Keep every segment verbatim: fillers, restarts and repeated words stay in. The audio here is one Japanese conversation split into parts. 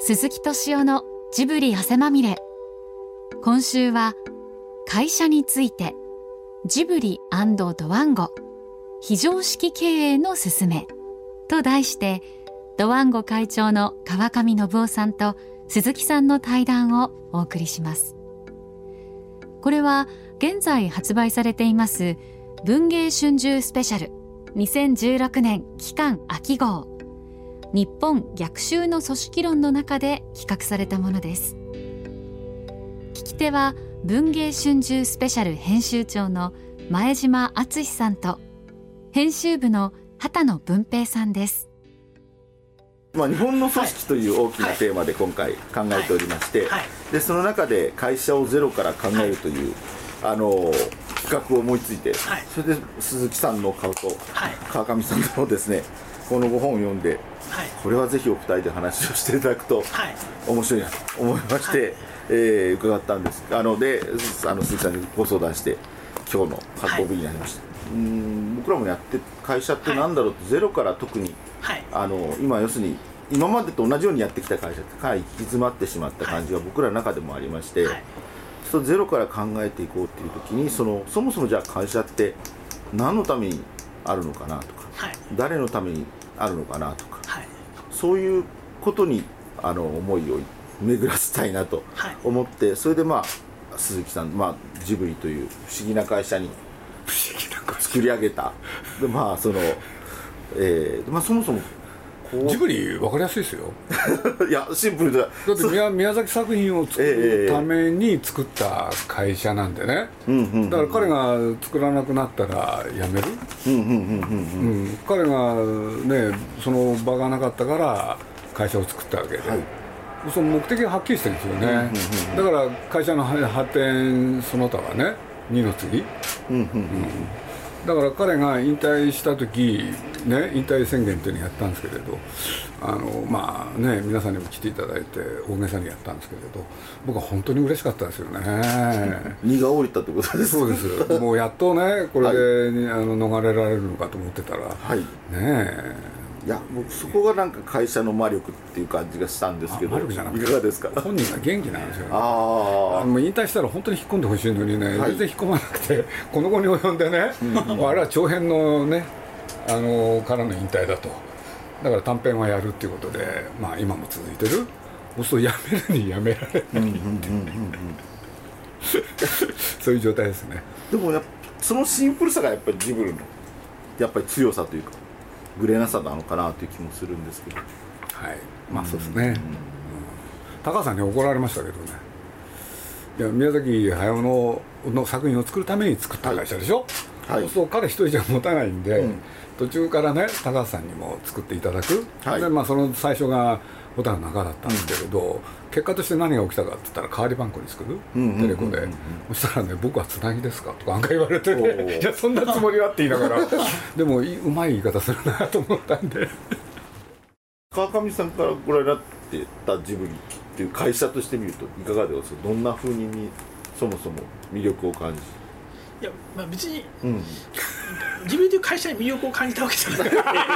鈴木敏夫のジブリ汗まみれ。今週は会社について、ジブリ&ドワンゴ非常識経営のすすめと題して、ドワンゴ会長の川上信夫さんと鈴木さんの対談をお送りします。これは現在発売されています文藝春秋スペシャルにせんじゅうろくねん期間秋号日本逆襲の組織論の中で企画されたものです。聞き手は文藝春秋スペシャル編集長の前島敦さんと編集部の畑野文平さんです。 まあ、日本の組織という大きなテーマで今回考えておりまして、でその中で会社をゼロから考えるという、あの企画を思いついて、それで鈴木さんの顔と川上さんのですね、このご本を読んで、これはぜひお二人で話をしていただくと面白いなと思いまして、えー、伺ったんです。あのであの鈴木さんにご相談して今日の発行日になりました。うーん僕らもやって会社ってなんだろうと、ゼロから特に、あの今要するに今までと同じようにやってきた会社ってかなり行き詰まってしまった感じが僕らの中でもありまして、それゼロから考えていこうっていう時に、そのそもそもじゃあ会社って何のためにあるのかなとか、誰のためにあるのかなとか、そういうことにあの思いを巡らせたいなと思って、それでまあ鈴木さん、まあ、ジブリという不思議な会社に作り上げた。でまあその、えーまあ、そもそもジブリ分かりやすいですよいやシンプルだ。だって 宮, 宮崎作品を作るために作った会社なんでね、えー、だから彼が作らなくなったら辞める。彼がねその場がなかったから会社を作ったわけで、はい、その目的がはっきりしてるんですよね。だから会社の発展その他はね二の次。うんうんうんうんだから彼が引退した時ね、引退宣言っていうのをやったんですけれど、あのまあね皆さんにも来ていただいて大げさにやったんですけれど、僕は本当に嬉しかったですよね。 荷が下りたってことです。 そうです。もうやっとねこれで、はい、あの逃れられるのかと思ってたら、はい、ねえ。 いや僕そこがなんか会社の魔力っていう感じがしたんですけど、 魔力じゃなくていかがですか。 本人が元気なんですよ、ね、 ああもう引退したら本当に引っ込んでほしいのにね、はい、全然引っ込まなくてこの後に及んでね、うん、あれは長編のねあのからの引退だと。だから短編はやるっていうことで、まあ今も続いてる。そうするとやめるにやめられないってそういう状態ですね。 でもやそのシンプルさがやっぱりジブリのやっぱり強さというかグレなさなのかなという気もするんですけど。 はいまあそうですね、うんうん、高橋さんに怒られましたけどね。いや宮崎駿 の, の作品を作るために作った会社でしょ、はい、そうすると彼一人じゃ持たないんで、うん、途中からね高橋さんにも作っていただく、はい、でまあその最初が小田の中だったんですけれど、うん、結果として何が起きたかって言ったら代わり番号に作る、うん、テレコで、そしたらね僕はつなぎですかとかなんか言われてねいやそんなつもりはって言いながらでもうまい言い方するなと思ったんで川上さんからご覧になってたジブリっていう会社として見るといかがですか。どんな風にそもそも魅力を感じ。 いやまあ別に、うん、ジブリという会社に魅力を感じたわけじゃない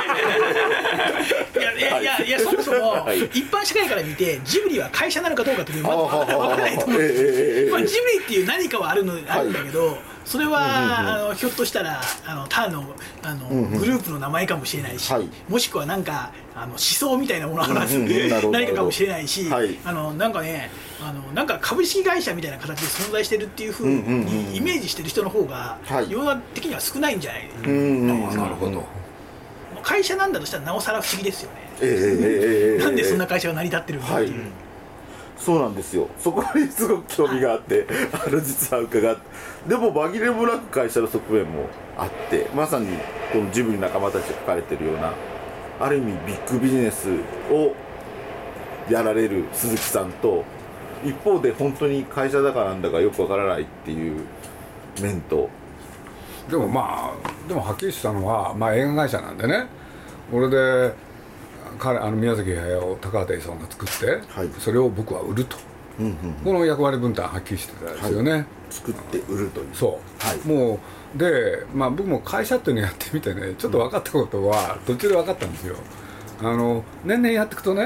いやいやいやそもそも一般社会から見てジブリは会社なのかどうかっていうのはまず分からないと思うんですよ。まあジブリっていう何かはあるのあるんだけど、それは、うんうんうん、あのひょっとしたらあの他の、あの、うんうん、グループの名前かもしれないし、はい、もしくはなんかあの思想みたいなものがある、うんうん、何かかもしれないし、はい、あのなんかねあのなんか株式会社みたいな形で存在してるっていうふうにイメージしてる人の方が、はい、世の中的には少ないんじゃない、うん、 なるほど。 会社なんだとしたらなおさら不思議ですよね、 えー、 なんでそんな会社が成り立ってるのかっていう、はい、 そうなんですよ。そこにすごく興味があって、はい、あの実は伺ってでも紛れもなく会社の側面もあって、まさにこのジブリ仲間たちが書かれてるようなある意味ビッグビジネスをやられる鈴木さんと、一方で本当に会社だかなんだかよくわからないっていう面と。 でもまあでもはっきりしたのは、まあ、映画会社なんでね、これで彼あの宮崎駿高畑勲が作って、はい、それを僕は売ると、うんうんうん、この役割分担はっきりしてたんですよね、はい、 作って売るという。 そう、はい、もうで、まあ、僕も会社っていうのをやってみてねちょっと分かったことは、うん、途中で分かったんですよ。あの年々やっていくとね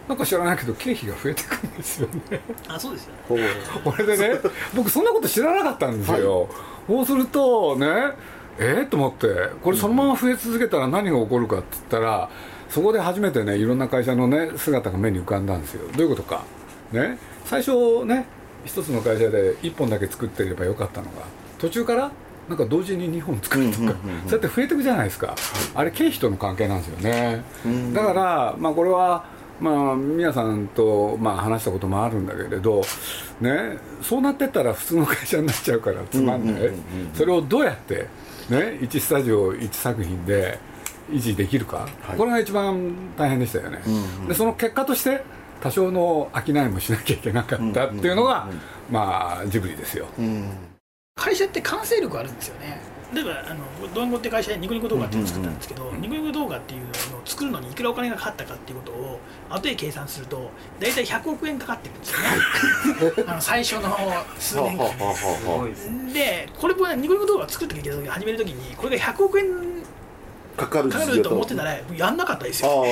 なんか知らないけど経費が増えてくるんですよね。 あ、そうですよ。 これでね、僕そんなこと知らなかったんですよ、はい、そうするとね、えー、と思って、これそのまま増え続けたら何が起こるかって言ったら、そこで初めてね、いろんな会社のね姿が目に浮かんだんですよ。どういうことかね、最初ね一つの会社でいっぽんだけ作ってればよかったのが、途中からなんか同時ににほん作るとか、そうやって増えていくじゃないですか。あれ経費との関係なんですよね。だからまあこれはまあ宮さんとまあ話したこともあるんだけれどね、そうなってったら普通の会社になっちゃうからつまんない。それをどうやってねいちスタジオいち作品で維持できるか、はい、これが一番大変でしたよね。でその結果として多少の商いもしなきゃいけなかったっていうのがまあジブリですよ。 会社って完成力あるんですよね。例えばあのドワンゴって会社でニコニコ動画っていうのを作ったんですけど、うんうんうん、ニコニコ動画っていうのを作るのにいくらお金がかかったかっていうことを後で計算すると大体ひゃくおくえんかかってるんですよねあの最初の数年間で、これもニコニコ動画を作ってきた時始める時にこれがひゃくおくえんかかると思ってたらやんなかったですよ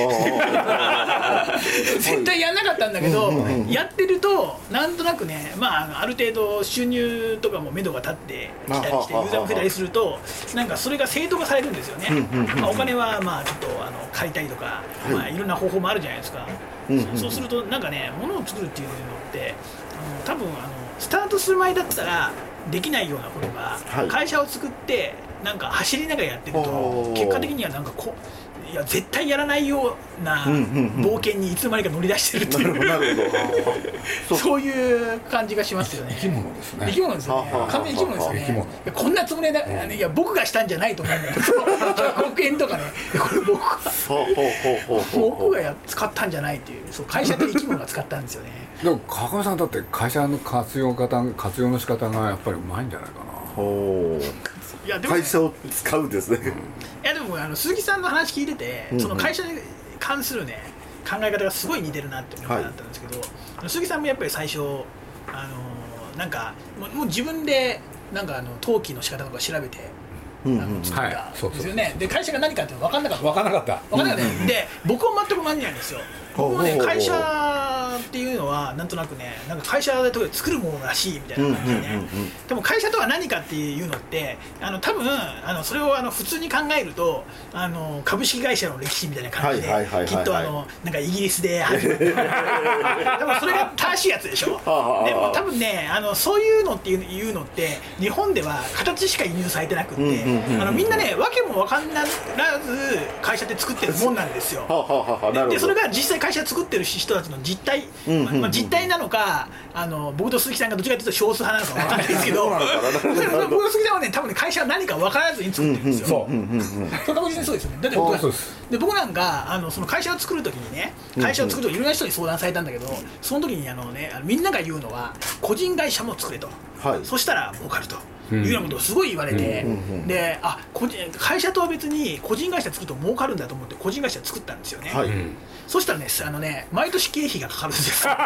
絶対やんなかったんだけど、やってるとなんとなくね、まあ、ある程度収入とかも目処が立ってきたりしてユーザーも増えたりするとなんかそれが正当化されるんですよね。まあお金はまあちょっとあの借りたりとか、まあ、いろんな方法もあるじゃないですか。そうするとなんかね物を作るっていうのってあの多分あのスタートする前だったらできないようなことが、はい、会社を作ってなんか走りながらやってると結果的にはなんかこいや絶対やらないような冒険にいつの間にか乗り出してるっていうそういう感じがしますよね。 生き物ですね。 生き物ですよね。完全に生き物ですよね。いやこんなつもりだ、うん、いや僕がしたんじゃないと思うんだけどひゃくおくえんとかね、これ僕が僕がや使ったんじゃないっていう、そう会社って生き物が使ったんですよね。 でも川上さんだって会社の活用方活用の仕方がやっぱりうまいんじゃないかな。 おいやでも、ね、会社を使うんですね。うん、いやでもあの鈴木さんの話聞いてて、うんうん、その会社に関するね考え方がすごい似てるなって思ったんですけど、はい、鈴木さんもやっぱり最初あのなんかもう、もう自分でなんかあの登記の仕方とか調べて。うんうん、作ったんですよね。で会社が何かって分かんなかった。 分かんなかった。 分かんなかった、うんうん、で僕は全く同じなんですよ。僕もね会社っていうのはなんとなくねなんか会社で作るものらしいみたいな感じでね、うんうんうんうん、でも会社とは何かっていうのってあの多分あのそれをあの普通に考えるとあの株式会社の歴史みたいな感じできっとあのなんかイギリスで始まって多分それが正しいやつでしょでも多分ねあのそういうのっていうのって日本では形しか輸入されてなくって、うんうんうん、あのみんなねわけも分かんならず会社って作ってるもんなんですよ。で, でそれが実際会社作ってる人たちの実態、うんうんうんうんまあ、実態なのかあの僕と鈴木さんがどっちかというと少数派なのか分かんないですけど僕と鈴木さんはね多分ね会社は何か分からずに作ってるんですよ。そう確実にそうですよね。だって僕はで僕なんかあのその会社を作るときにね会社を作るといろんな人に相談されたんだけど、その時にあの、ね、みんなが言うのは個人会社も作れと、はい、そしたら儲かるというようなことをすごい言われて、うん、であ個人会社とは別に個人会社作ると儲かるんだと思って個人会社作ったんですよね。はい、そしたらねあのね毎年経費がかかるんですよ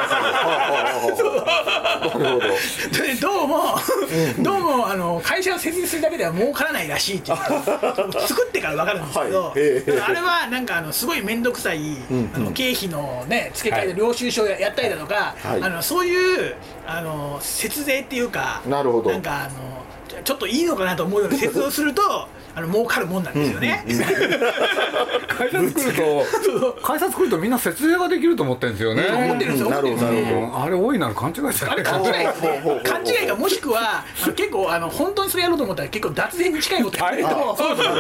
でどうもどうもあの会社を設立するだけでは儲からないらしいっていう作ってから分かるんですけど、はい、あれはなんかあのすごい面倒くさい、うん、あの経費のね付け替えで領収書をやったりだとか、はい、あのそういうあの節税っていうかなるほどなんかあのちょっといいのかなと思うような節税をするとあの儲かるもんなんですよね。 会社作ると会社作るとみんな節税ができると思ってるんですよね。 思ってるんですよ。 なるほどなるほど。 あれ多いなら勘違いじゃない。 あれ勘違いですね。勘違いかもしくは結構あの本当にそれやろうと思ったら結構脱税に近いことやるとそうそう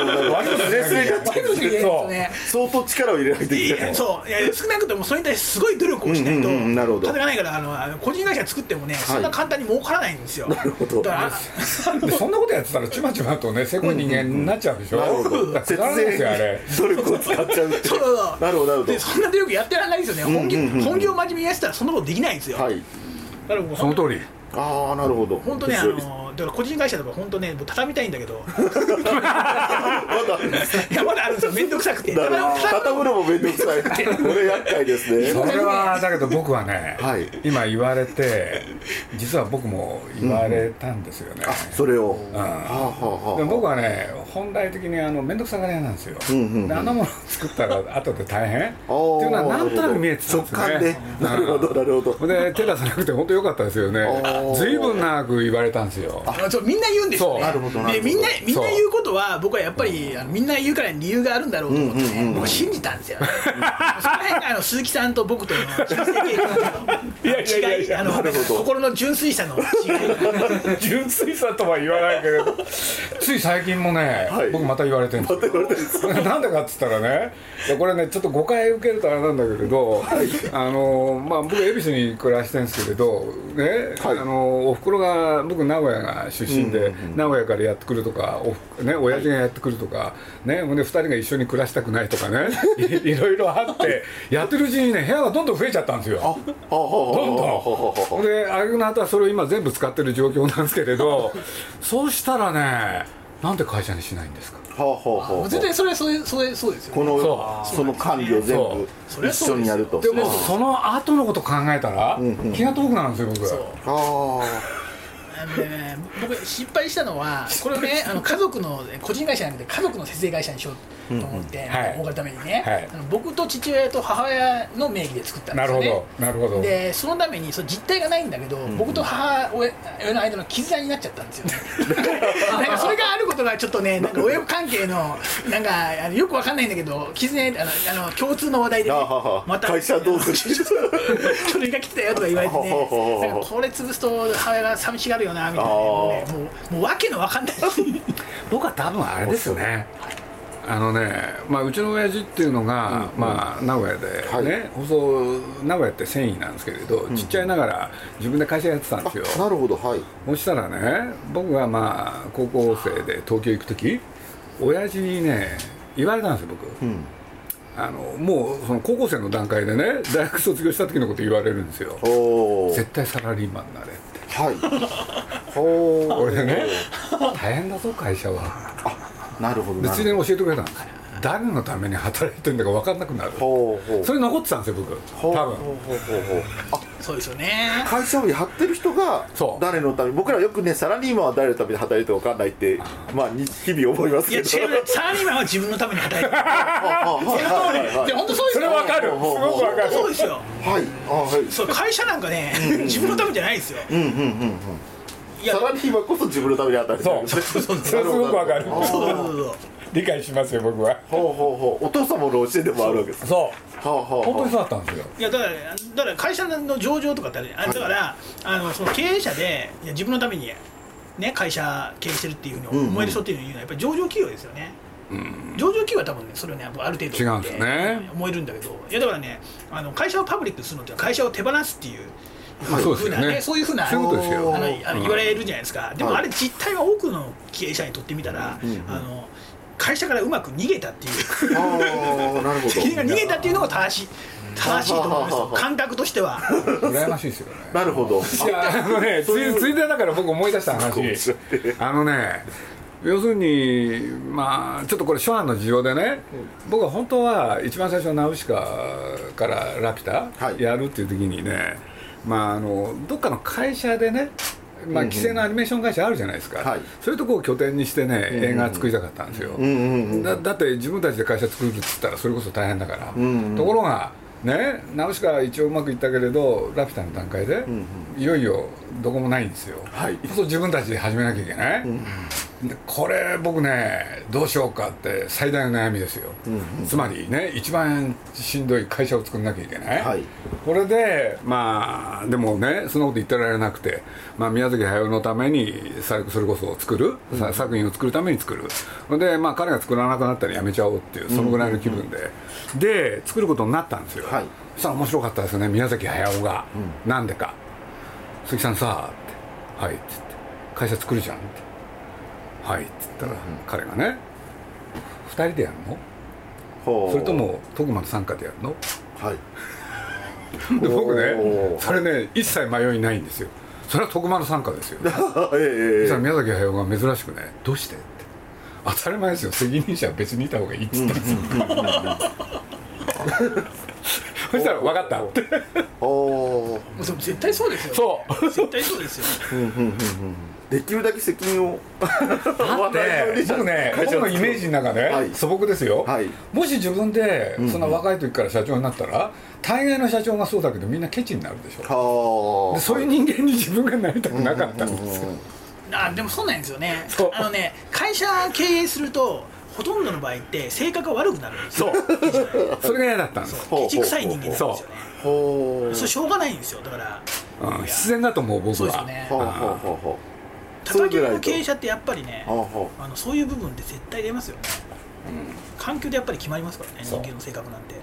相当力を入れないといけない。 そういや少なくともそれに対してすごい努力をしないと立てがないからあの個人会社作ってもねそんな簡単に儲からないんですよ。 なるほど。 だからそんなことやってたらちまちまとねせこい人間になっちゃうでしょ。 なるほど。節税に努力を使っちゃうって。 そうそうそう。 なるほどなるほど。 でそんな努力やってらんないですよね。本業本業真面目にやってたらそんなことできないんですよ。 はい。 その通り。 ああなるほど。 本当ねあのから個人会社とか本当ね畳みたいんだけどまだいやまだあるんですよ、面倒くさくて。 畳むのも面倒くさいこれ厄介ですね。 それはだけど僕はね、 はい、 今言われて実は僕も言われたんですよね、 うん、あそれを、 うん、はあはあ、でも僕はね本来的にあの面倒くさがり屋なんですよ、うんうんうん、であんなものを作ったら後で大変っていうのはなんとなく見えてたんですね。 直感で、なるほどなるほど。 で手出さなくて本当良かったですよね。随分長く言われたんですよ。 あそうみんな言うんですよね。 なるほどでみんなみんな言うことは僕はやっぱりあのみんな言うから理由があるんだろうと思ってね、うんうんうん、僕は信じたんですよ、ね、その辺があの鈴木さんと僕との人生経験の違い、あの心の純粋さの違い純粋さとは言わないけれどつい最近もね、はい、僕また言われてるんですよ。なんでかっつったらね、これねちょっと誤解受けるとあれなんだけれど、はい、あのまあ僕恵比寿に暮らしてるんですけれどね、はい、あのおふくろが僕名古屋が出身で、うんうんうん、名古屋からやってくるとかお、ね、親父がやってくるとか、ね、ほんでふたりが一緒に暮らしたくないとかねい, いろいろあってやってるうちにね部屋がどんどん増えちゃったんですよ。どんどんであげくの後はそれを今全部使ってる状況なんですけれどそうしたらね、なんで会社にしないんですか。 はあはあはあ、 絶対それそれそれそうですよ、ね、 この そ, その管理を全部一緒にやると。 でもその後のこと考えたら、うんうん、気が遠くなるんですよ僕。そうああのね、僕失敗したのはこれをねあの家族の個人会社なんで家族の節税会社にしようと思って、うんうん、はい、儲かるためにね、はい、あの僕と父親と母親の名義で作ったんですよね。 なるほどなるほど。 でそのためにその実態がないんだけど、うんうん、僕と母親の間の絆になっちゃったんですよねなんかそれがあることがちょっとねなんか親子関係のなんかあのよくわかんないんだけど絆あのあの共通の話題で、ね、 また会社どうするそれが来たよとか言われてねなんかこれ潰すと母親が寂しがるよなみたいな、ね、もう、もう訳のわかんない僕は多分あれですよね。あのね、まあ、うちの親父っていうのが、うん、まあ、名古屋でね、はい、放送名古屋って繊維なんですけれど、うん、ちっちゃいながら自分で会社やってたんですよ。 なるほど、はい。 そしたらね、僕がまあ高校生で東京行く時親父にね言われたんですよ僕、うん、あのもうその高校生の段階でね大学卒業した時のこと言われるんですよ。絶対サラリーマンになれって。 はいこれでね大変だぞ会社は。 あ、なるほど。 でついでに教えてくれたんですよ。誰のために働いてるんだか分かんなくなる。ほうほうそれ残ってたんですよ僕多分。ほうほうほうほうあそうですよね。 会社をやってる人が誰のために、僕らよくねサラリーマンは誰のために働いてるか分かんないってまあ日々思いますけど、いや違うサラリーマンは自分のために働いてるいや本当そうですよ。 それ分かるすごく分かる。 そうですよ。 はいあはいそう会社なんかね自分のためじゃないですよ。うんうんうんうんサラリーマンこそ自分のために働いてる。 そうそうそうそれすごく分かる。 そうそうそう理解しますよ僕は。 ほうほうほうお父様の教えでもあるわけです。 そうはあはあ本当にそうだったんですよ。 いやだからだから会社の上場とかってあるじゃない。だからあのその経営者でいや自分のためにね会社経営してるっていうふうに思える人っていうのはやっぱり上場企業ですよね。うん、上場企業は多分ねそれをねある程度違うんですね思えるんだけど、いやだからねあの会社をパブリックにするのって会社を手放すっていう。 まあそうですよね、 そういうふうなそういうことですよ。 あのあの言われるじゃないですか。でもあれ実態は多くの経営者にとってみたら、うんうん、あの会社からうまく逃げたっていうあなるほど責任が逃げたっていうのが正しい正しいと思いますよ感覚としては。 羨ましいですよね。 なるほど。 いやあのねついついでだから僕思い出した話あのね要するにまあちょっとこれ諸般の事情でね、うん、僕は本当は一番最初ナウシカからラピュタやるっていう時にね、はい、まああのどっかの会社でねまあ、既成のアニメーション会社あるじゃないですか、はい、そういうところを拠点にしてね、うんうん、映画作りたかったんですよ、うんうんうん、だ, だって自分たちで会社作るって言ったらそれこそ大変だから、うんうん、ところがねナウシカは一応うまくいったけれどラピュタの段階で、うんうん、いよいよどこもないんですよ、はい、そう自分たちで始めなきゃいけない、うんうん、でこれ僕ねどうしようかって最大の悩みですよ、うんうん、つまりね一番しんどい会社を作んなきゃいけない、はい、これでまあでもねそんなこと言ってられなくて、まあ、宮崎駿のためにそれこそ作る、うん、作品を作るために作るで、まあ、彼が作らなくなったらやめちゃおうっていうそのぐらいの気分で、うんうんうん、で作ることになったんですよ、はい、そしたら面白かったですよね宮崎駿が、うん、なんでか鈴木さんさってはいっつって会社作るじゃんってはいっつったら、うん、彼がねふたりでやるのそれとも徳間の傘下でやるのはいで僕ねそれね一切迷いないんですよ。 それは徳丸参加ですよ、ね、 ええ、 宮崎駿が珍しくね、どうしてって、当たり前ですよ、責任者は別にいた方がいいっつったんですよそしたら分かったってお絶対そうですよ、 そう絶対そうですよできるだけ責任をだって僕ね、僕のイメージの中で、はい、素朴ですよ、はい、もし自分でそんな若い時から社長になったら、大概の社長がそうだけどみんなケチになるでしょ。でそういう人間に自分がなりたくなかったんですよ。 あでもそうなんですよね。あのね、会社経営するとほとんどの場合って性格が悪くなるんですよ。 そうそれが嫌だったんです。 ケチくさい人間なんですよね。 そうそれしょうがないんですよ。だから、 うん、必然だと思う僕は。 そうですよね。叩きの経営者ってやっぱりね、あのそういう部分で絶対出ますよね、うん、環境でやっぱり決まりますからね、人間の性格なんて。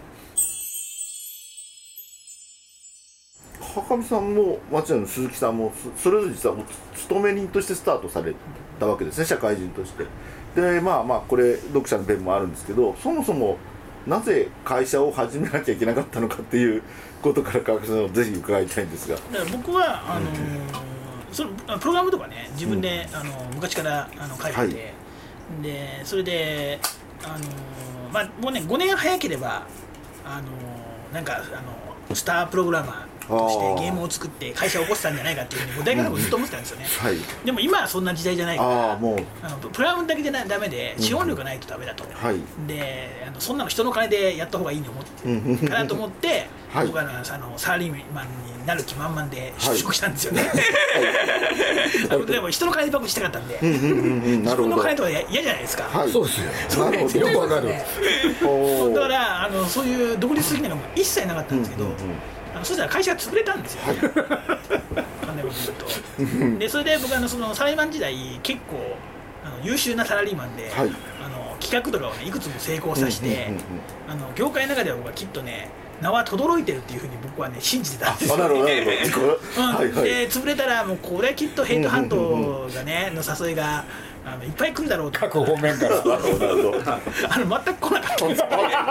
川上さんも町野の鈴木さんもそれぞれ実は勤め人としてスタートされたわけですね、社会人として。でまあまあこれ読者の弁もあるんですけど、そもそもなぜ会社を始めなきゃいけなかったのかっていうことから川上さんをぜひ伺いたいんですが。だから僕はあのーうんそのプログラムとかね、自分で、うん、あの昔からあの書いてて、はい、でそれであの、まあ、もうねごねん早ければあのなんかあのスタープログラマーとしてゲームを作って会社を起こしたんじゃないかっていうふうにもう大学のずっと思ってたんですよね、うんはい、でも今はそんな時代じゃないからあもうあのプログラムだけじゃダメで資本力がないとダメだと、うんはい、であのそんなの人の金でやった方がいいと思ってかなと思ってはい、僕はあのサラリーマンになる気満々で出職したんですよね、はい、でも人の金でバックしたかったんで、自分の金とか嫌じゃないですか、 はい、そうですよ、そうですよ、よくわかるだからあのそういう独立的なのも一切なかったんですけど、うんうんうん、あのそしたら会社が潰れたんですよ、はい、簡単なこと言うとでそれで僕あのそのサラリーマン時代結構あの優秀なサラリーマンで、はい、あの企画とかをねいくつも成功させて、あの業界の中では僕はきっとね名は轟いてるっていうふうに僕はね信じてたんですよ、ね、なるほどなるほど、うんはいはい、で潰れたらもうこれはきっとヘイトハントがねの誘いがあのいっぱい来るだろうと各方面からあの全く来なかったん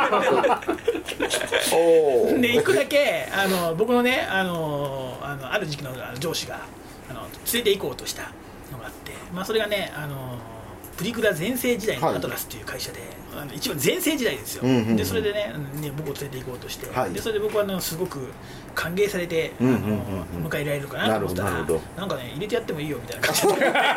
ですよで行くだけあの僕のねあのあのある時期の上司があの連れて行こうとしたのがあって、まあ、それがねあのプリクラ全盛時代のアトラスっていう会社で、はい、あの一番全盛時代ですよ、うんうんうん、でそれで ね, ね僕を連れて行こうとして、はい、でそれで僕は、ね、すごく歓迎されて、うんうんうんうん、あの迎えられるかなと思ったら な, なんかね入れてやってもいいよみたいな感じで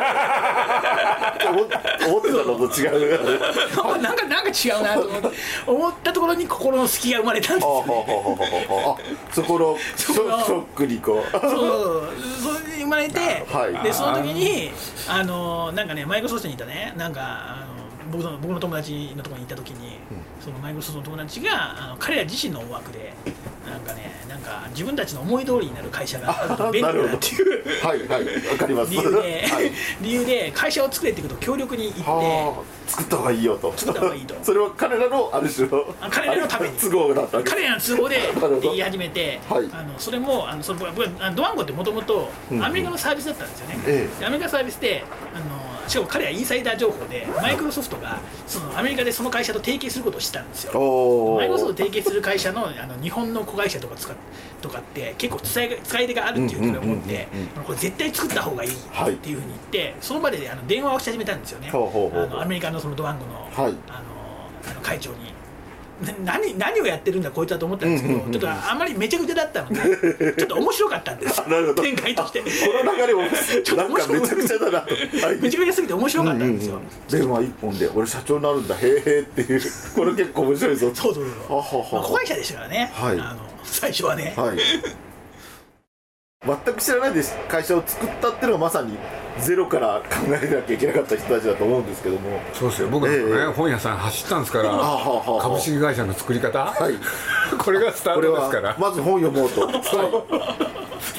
思ってたのと違うなんかなんか違うなと思って思ったところに心の隙が生まれたんですよ、ね、 そこのショックにこうそうそれに生まれて、はい、でその時にあのなんかねマイクロソフトにいたねなんかあの 僕, の僕の友達のところに行った時に、うん、そのマイクロソフトの友達があの彼ら自身の思惑でなんかねなんか自分たちの思い通りになる会社があると便利だなっていうはいはいわかります理由で、はい、理由で会社を作れってことを強力に言って作った方がいいよと作った方がいいとそれは彼らのある種の彼らのために都合だった彼らの都合でって言い始めて、はい、あのそれもあのその僕はドワンゴってもともとアメリカのサービスだったんですよね、うん、アメリカサービスであのしかも彼はインサイダー情報でマイクロソフトがそのアメリカでその会社と提携することを知ったんですよ。マイクロソフトと提携する会社 の, あの日本の子会社とか使とかって結構使い使い手があるっていうふうに思ってこれ絶対作った方がいいっていうふうに言って、はい、その場であの電話をし始めたんですよね。あのアメリカのそのドワンゴの、はい、あのあの会長に何, 何をやってるんだこいつはと思ったんですけど、ちょっとあんまりめちゃくちゃだったのでちょっと面白かったんです展開としてこの流れもなんかめちゃくちゃだなと、 はい、めちゃくちゃすぎて面白かったんですよ、うんうんうん、 電話一本で俺社長になるんだへーへーっていうこれ結構面白いぞそうそうそうそう、まあ、子会社でしたからね、はい、あの最初はね、はい、 全く知らないで会社を作ったっていうのがまさにゼロから考えなきゃいけなかった人たちだと思うんですけどもそうですよ僕なんかね、えー、本屋さん走ったんですから株式会社の作り方、はい、これがスタートですからまず本読もうと、はい、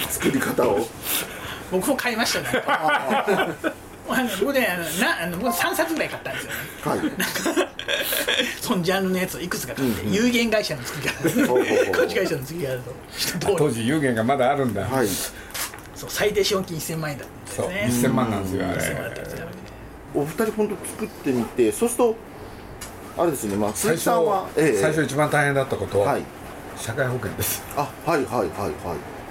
作り方を僕も買いましたね僕ねなあの僕さんさつぐらい買ったんですよね、はい、なんかそのジャンルのやつをいくつか買って、うんうん、有限会社の作り方株式会社の作り方と当時有限がまだあるんだ、はい、 そう最低資本金せんまんえんだったんですね。 そういっせんまんなんですよあれ。 お二人本当作ってみてそうするとあれですね、まあ、 最初は、ええ、最初一番大変だったことは、はい、社会保険です。 あはいはいはいはい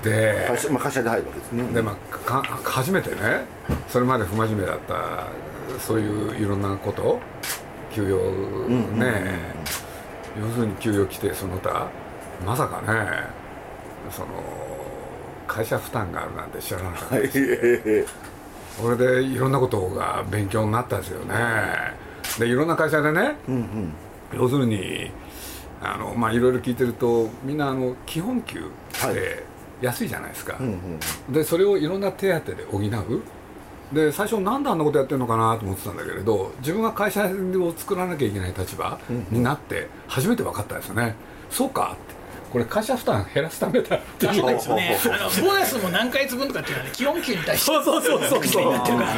で会社、まあ、会社で入るわけですね。 で、まあ、か初めてねそれまで不真面目だったそういういろんなこと給与ね、うんうんうんうん、要するに給与規定その他まさかねその会社負担があるなんて知らなかったです、これでいろんなことが勉強になったですよね。でいろんな会社でね、うんうん、要するにあの、まあ、いろいろ聞いてるとみんなあの基本給って安いじゃないですか、はい、うんうん、でそれをいろんな手当で補う。で最初なんであんなことやってるのかなと思ってたんだけれど、自分が会社を作らなきゃいけない立場になって初めて分かったですよね、うんうん、そうかってこれ会社負担減らすためだっていう。 そうですよね。あのボーナスも何ヶ月分とかっていうのは、ね、基本給に対してそうそうそうそうそうになってるから、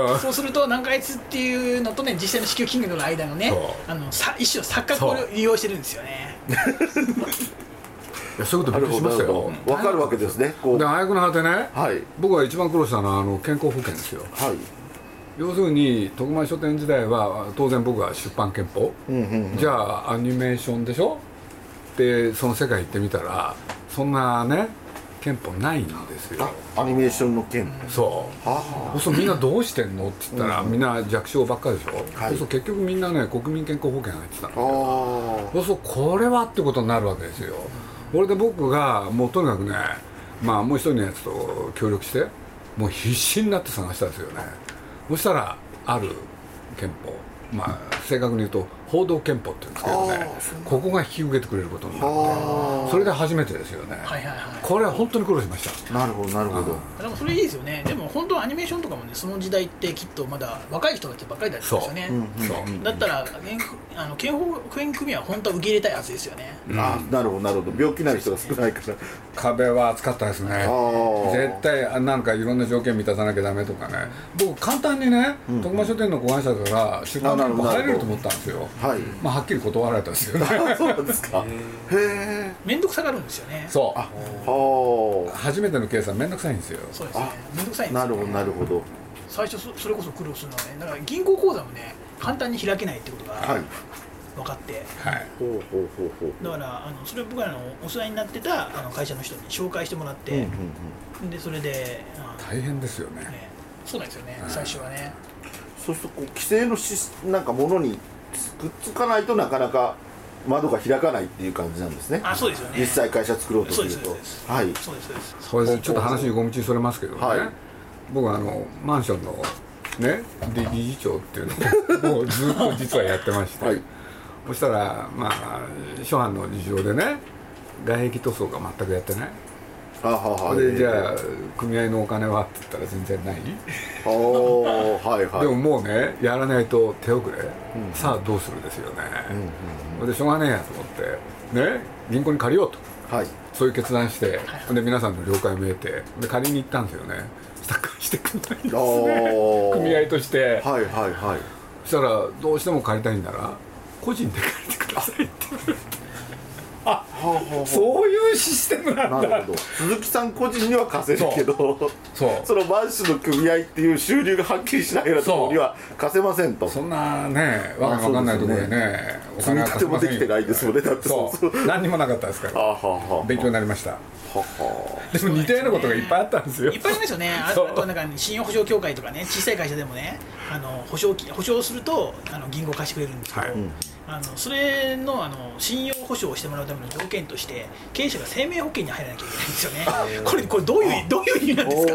うん、そうすると何ヶ月っていうのとね実際の支給金額の間のねあのさ一種の錯覚を利用してるんですよね。 いやそういうことびっくりしましたよ。 分かるわけですね。 こうで挙句の果てね、はい、僕が一番苦労したのはあの健康保険ですよ、はい、要するに徳間書店時代は当然僕は出版憲法、うんうんうん、じゃあアニメーションでしょでその世界行ってみたらそんなね憲法ないんですよ。 アニメーションの憲法。 そう。はあ、そうみんなどうしてんのって言ったら、うん、みんな弱小ばっかりでしょ、はい、そうそう結局みんなね国民健康保険入ってたんだよ。そうそうこれはってことになるわけですよ。これで僕がもうとにかくねまあもう一人のやつと協力してもう必死になって探したんですよね。そしたらある憲法、まあ正確に言うと報道憲法っていうんですけどね、ここが引き受けてくれることになってそれで初めてですよね、はいはいはい、これは本当に苦労しました。 なるほどなるほど、 うん、でもそれいいですよね。でも本当アニメーションとかもねその時代ってきっとまだ若い人たちばっかりだったんですよね。そう、うんうん、だったらあの健保保険組は本当は受け入れたいはずですよね、 うん、あなるほどなるほど。病気になる人が少ないから壁は厚かったですね。絶対なんかいろんな条件満たさなきゃダメとかね。僕簡単にね、うん、徳間書店の子会社から出版店舗入れると思ったんですよ。はい、まあはっきり断られたんですよね。 そうなんですか。へえ。面倒くさがるんですよね。 そう。あ初めての計算面倒くさいんですよ。 そうですね。面倒くさいんですよ、ね。 なるほどなるほど。 最初 そ, それこそ苦労するのはね、だから銀行口座もね簡単に開けないってことが分かって、はい。ほうほうほうほう。だからあのそれを僕らのお世話になってたあの会社の人に紹介してもらって、うんうんうん、でそれで、 うん、大変ですよね。 ねそうなんですよね、はい、最初はね。 そうするとこう規制のしなんかものにくっつかないとなかなか窓が開かないっていう感じなんですね。 あ、そうですよね。 実際会社作ろうとすると。はい。 そうですそうです。 これでちょっと話ご道それますけどね。はい、僕はあのマンションのね理事長っていうのをもうずっと実はやってまして、はい、そしたらまあ諸般の事情でね外壁塗装が全くやってない。あははでじゃあ組合のお金はって言ったら全然ない。おはいはい。でももうねやらないと手遅れ、うん、さあどうするですよね、うんうん、でしょうがねえやと思ってね銀行に借りようと、はい、そういう決断して、はい、で皆さんの了解も得てで借りに行ったんですよね。そしたら貸してくれないんですね組合として。はいはいはい。そしたらどうしても借りたいんなら個人で借りてくださいって言われてあはあはあ、そういうシステムなんだ。 なるほど。鈴木さん個人には貸せるけど そ, そ, そのマンションの組合っていう収入がはっきりしないようなところには貸せませんと。 そんなねわけわかんないところでねお金は貸せませんよ。積み立てもできてないですもんね。だってそうそう何にもなかったですからははは勉強になりました。ははでも似たようなことがいっぱいあったんですよ。 いっぱいありますよね。あとなんか信用保証協会とかね小さい会社でもねあの保証保証するとあの銀行貸してくれるんですけど、はい、あのそれ の, あの信用保証をしてもらうための条件として経営者が生命保険に入らなきゃいけないんですよね。これこれどういうどういう意味なんですか。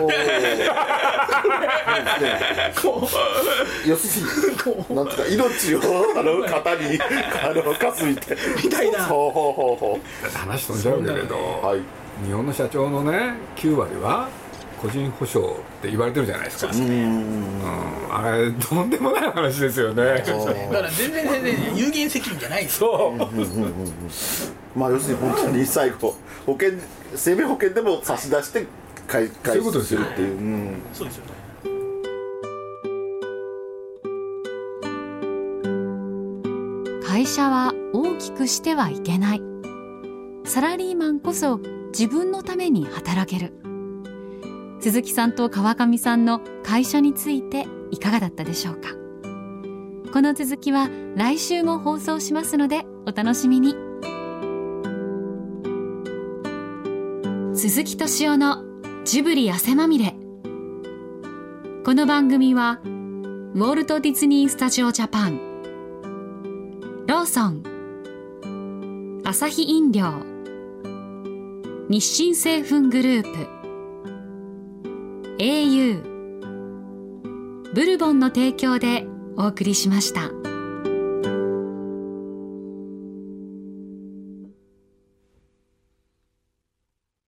要するになんか命をあの方にあの貸すみたいなみたいな話飛んじゃうけれど、はい、日本の社長のねきゅう割は個人保証って言われてるじゃないですか。そうですね、うん、あれとんでもない話ですよね。 そうですね。だから全然全然有限責任じゃないです。 そうまあ要するに本当に最後保険生命保険でも差し出して返すするっていう、うん、そうですよね。 会社は大きくしてはいけない。サラリーマンこそ自分のために働ける。鈴木さんと川上さんの会社についていかがだったでしょうか。この続きは来週も放送しますのでお楽しみに。 鈴木敏夫のジブリ汗まみれ。この番組はウォルト・ディズニー・スタジオ・ジャパン、ローソン、アサヒ飲料、日清製粉グループ、 エーユー、ブルボンの提供でお送りしました。